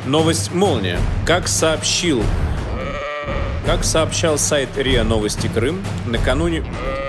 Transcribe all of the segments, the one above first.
Новость «Молния». Как сообщал сайт РИА Новости Крым, накануне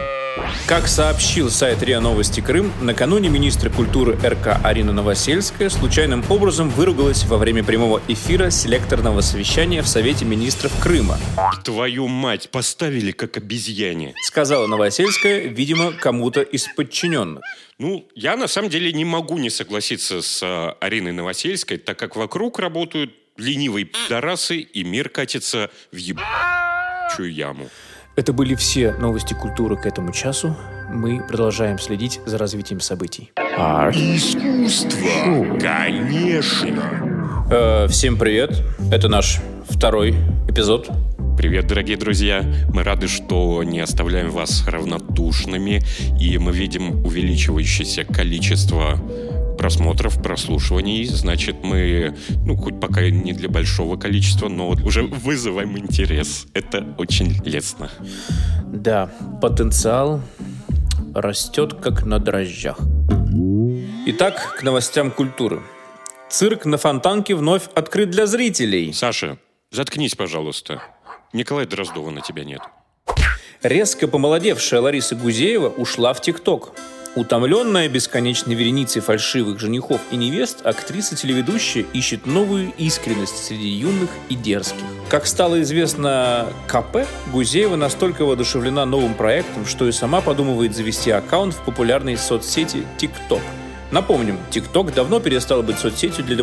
министр культуры РК Арина Новосельская случайным образом выругалась во время прямого эфира селекторного совещания в Совете министров Крыма. «Твою мать, поставили как обезьяне», сказала Новосельская, видимо, кому-то из подчиненных. Я на самом деле не могу не согласиться с Ариной Новосельской, так как вокруг работают ленивые пидорасы, и мир катится в ебучую яму. Это были все новости культуры к этому часу. Мы продолжаем следить за развитием событий. Искусство, конечно. Всем привет. Это наш второй эпизод. Привет, дорогие друзья. Мы рады, что не оставляем вас равнодушными, и мы видим увеличивающееся количество просмотров, прослушиваний. Значит, мы, хоть пока не для большого количества, но уже вызываем интерес. Это очень лестно. Да, потенциал растет как на дрожжах. Итак, к новостям культуры. Цирк на Фонтанке вновь открыт для зрителей. Саша, заткнись, пожалуйста. Николая Дроздова на тебя нет. Резко помолодевшая Лариса Гузеева ушла в ТикТок. Утомленная бесконечной вереницей фальшивых женихов и невест, актриса-телеведущая ищет новую искренность среди юных и дерзких. Как стало известно КП, Гузеева настолько воодушевлена новым проектом, что и сама подумывает завести аккаунт в популярной соцсети ТикТок. Напомним, ТикТок давно перестал быть соцсетью для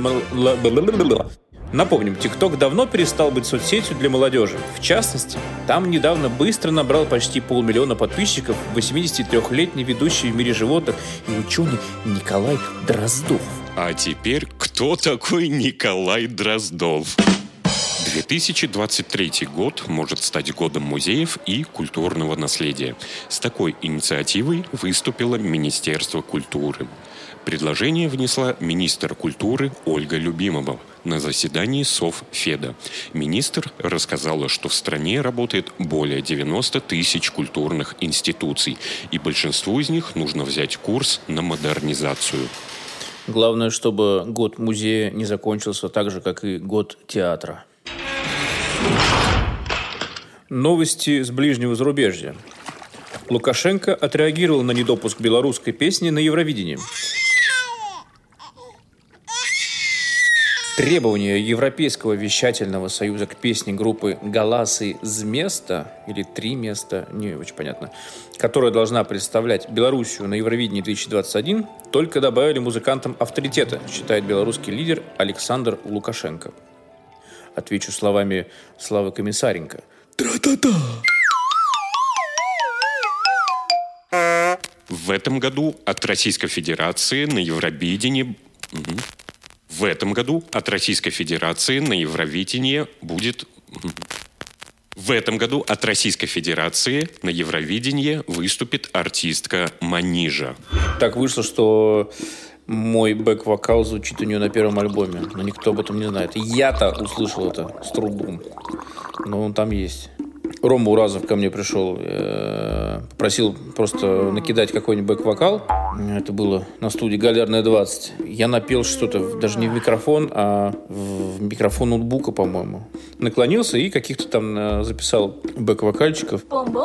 молодежи. В частности, там недавно быстро набрал почти 500 000 подписчиков 83-летний ведущий в мире животных и ученый Николай Дроздов. А теперь кто такой Николай Дроздов? 2023 год может стать годом музеев и культурного наследия. С такой инициативой выступило Министерство культуры. Предложение внесла министр культуры Ольга Любимова на заседании Совфеда. Министр рассказала, что в стране работает более 90 000 культурных институций, и большинству из них нужно взять курс на модернизацию. Главное, чтобы год музея не закончился так же, как и год театра. Новости с ближнего зарубежья. Лукашенко отреагировал на недопуск белорусской песни на Евровидении. Требования Европейского вещательного союза к песне группы «Галасы з места» или «Три места», не очень понятно, которая должна представлять Белоруссию на Евровидении 2021, только добавили музыкантам авторитета, считает белорусский лидер Александр Лукашенко. Отвечу словами Славы Комиссаренко. Тра-та-та! В этом году от Российской Федерации на Евровидении... В этом году от Российской Федерации на Евровидении будет... В этом году от Российской Федерации на Евровидении выступит артистка Манижа. Так вышло, что мой бэк-вокал звучит у нее на первом альбоме, но никто об этом не знает. Я-то услышал это с трудом, но он там есть. Рома Уразов ко мне пришел, попросил просто накидать какой-нибудь бэк-вокал. Это было на студии «Галерная 20». Я напел что-то, даже не в микрофон, а в микрофон ноутбука, по-моему. Наклонился и каких-то там записал бэк-вокальчиков.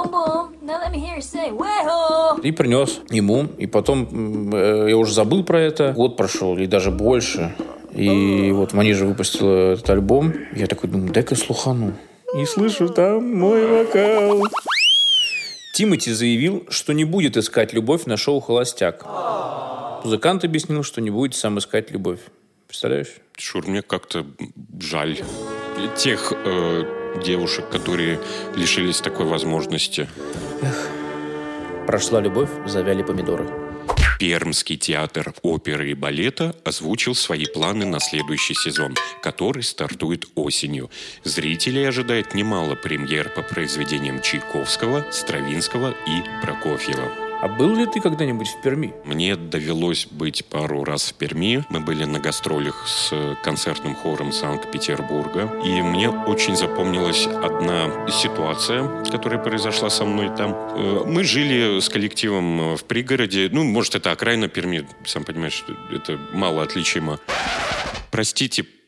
И принес ему. И потом я уже забыл про это. Год прошел, или даже больше. И вот Манижа выпустила этот альбом. Я такой думаю, дай-ка слухану. И слышу там мой вокал. Тимати заявил, что не будет искать любовь на шоу «Холостяк». Музыкант объяснил, что не будет сам искать любовь. Представляешь? Шур, мне как-то жаль тех девушек, которые лишились такой возможности. Прошла любовь, завяли помидоры. Пермский театр оперы и балета озвучил свои планы на следующий сезон, который стартует осенью. Зрителей ожидает немало премьер по произведениям Чайковского, Стравинского и Прокофьева. А был ли ты когда-нибудь в Перми? Мне довелось быть пару раз в Перми. Мы были на гастролях с концертным хором Санкт-Петербурга. И мне очень запомнилась одна ситуация, которая произошла со мной там. Мы жили с коллективом в пригороде. Ну, может, это окраина Перми. Сам понимаешь, что это мало отличимо. Простите,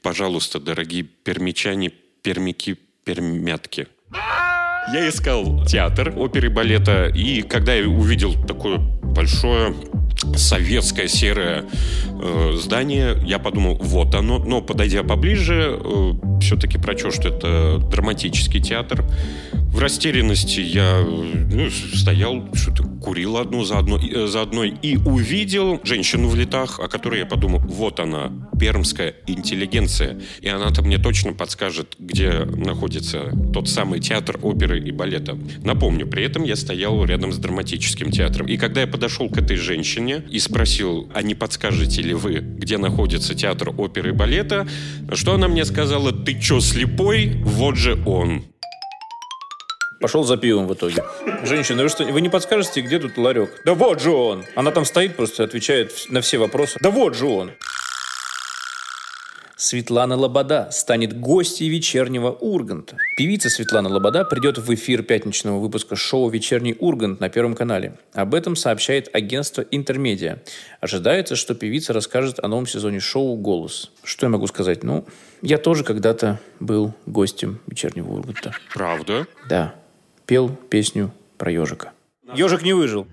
Пожалуйста, дорогие пермячане, пермяки, пермятки. Я искал театр оперы и балета, и когда я увидел такое большое советское серое здание, я подумал, вот оно. Но, подойдя поближе, все-таки прочел, что это драматический театр. В растерянности я стоял, что-то курил одну за одной и увидел женщину в летах, о которой я подумал, вот она, пермская интеллигенция. И она-то мне точно подскажет, где находится тот самый театр оперы и балета. Напомню, при этом я стоял рядом с драматическим театром. И когда я подошел к этой женщине и спросил, а не подскажете ли вы, где находится театр оперы и балета, что она мне сказала, ты чё, слепой? Вот же он. Пошел за пивом в итоге. Женщина, вы не подскажете, где тут ларек? Да вот же он! Она там стоит, просто отвечает на все вопросы. Да вот же он! Светлана Лобода станет гостьей вечернего Урганта. Певица Светлана Лобода придет в эфир пятничного выпуска шоу «Вечерний Ургант» на Первом канале. Об этом сообщает агентство «Интермедиа». Ожидается, что певица расскажет о новом сезоне шоу «Голос». Что я могу сказать? Я тоже когда-то был гостем вечернего Урганта. Правда? Да. Пел песню про ежика. Ежик не выжил.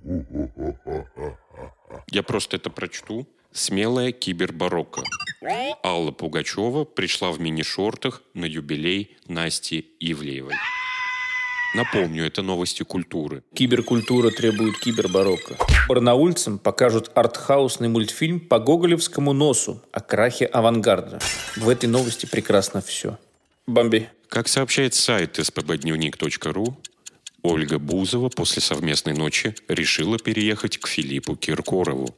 Я просто это прочту. Смелая кибербарокко. Алла Пугачева пришла в мини-шортах на юбилей Насти Ивлеевой. Напомню, это новости культуры. Киберкультура требует кибербарокко. Барнаульцам покажут артхаусный мультфильм по гоголевскому носу о крахе авангарда. В этой новости прекрасно все. Бомби. Как сообщает сайт spbdnevnik.ru, Ольга Бузова после совместной ночи решила переехать к Филиппу Киркорову.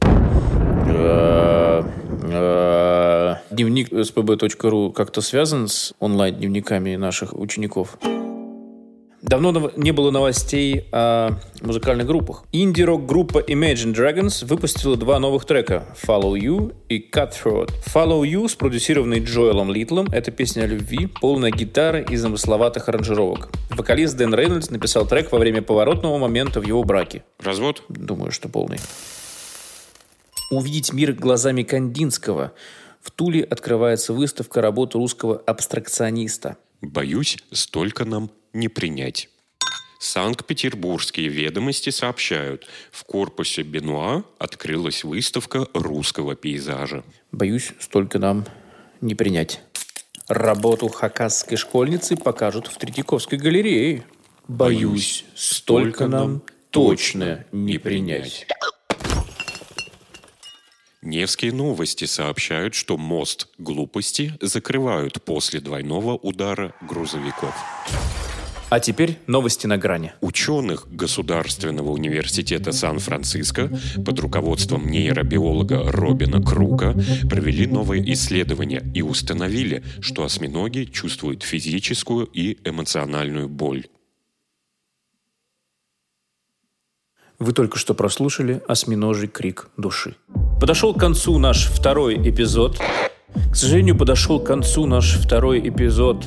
Дневник spb.ru как-то связан с онлайн-дневниками наших учеников? Давно не было новостей о музыкальных группах. Инди-рок-группа Imagine Dragons выпустила 2 новых трека «Follow You» и «Cutthroat». «Follow You», спродюсированный Джоэлом Литлом, это песня о любви, полная гитары и замысловатых аранжировок. Вокалист Дэн Рейнольдс написал трек во время поворотного момента в его браке. Развод? Думаю, что полный. Увидеть мир глазами Кандинского. В Туле открывается выставка работ русского абстракциониста. Боюсь, столько нам не принять. Санкт-Петербургские ведомости сообщают, в корпусе Бенуа открылась выставка русского пейзажа. Боюсь, столько нам не принять. Работу хакасской школьницы покажут в Третьяковской галерее. Боюсь, столько нам точно не принять. Невские новости сообщают, что мост глупости закрывают после двойного удара грузовиков. А теперь новости на грани. Ученых Государственного университета Сан-Франциско под руководством нейробиолога Робина Крука провели новое исследование и установили, что осьминоги чувствуют физическую и эмоциональную боль. Вы только что прослушали «Осьминожий крик души». Подошел к концу наш второй эпизод. К сожалению, подошел к концу наш второй эпизод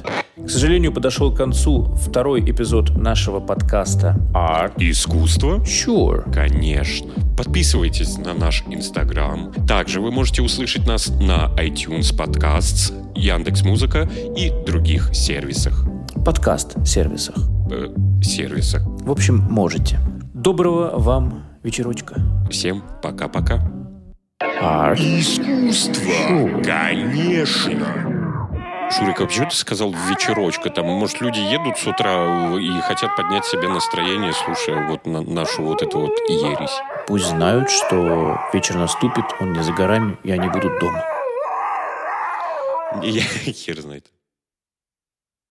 нашего подкаста «Art». Искусство? Sure. Конечно. Подписывайтесь на наш Инстаграм. Также вы можете услышать нас на iTunes Podcasts, Яндекс.Музыка и других сервисах. Подкаст-сервисах. Сервисах. В общем, можете. Доброго вам вечерочка. Всем пока-пока. Art. Искусство. Конечно. Шурик, а почему ты сказал вечерочка? Там, может, люди едут с утра и хотят поднять себе настроение, слушая вот нашу вот эту вот ересь. Пусть знают, что вечер наступит, он не за горами, и они будут дома. Я хер знает.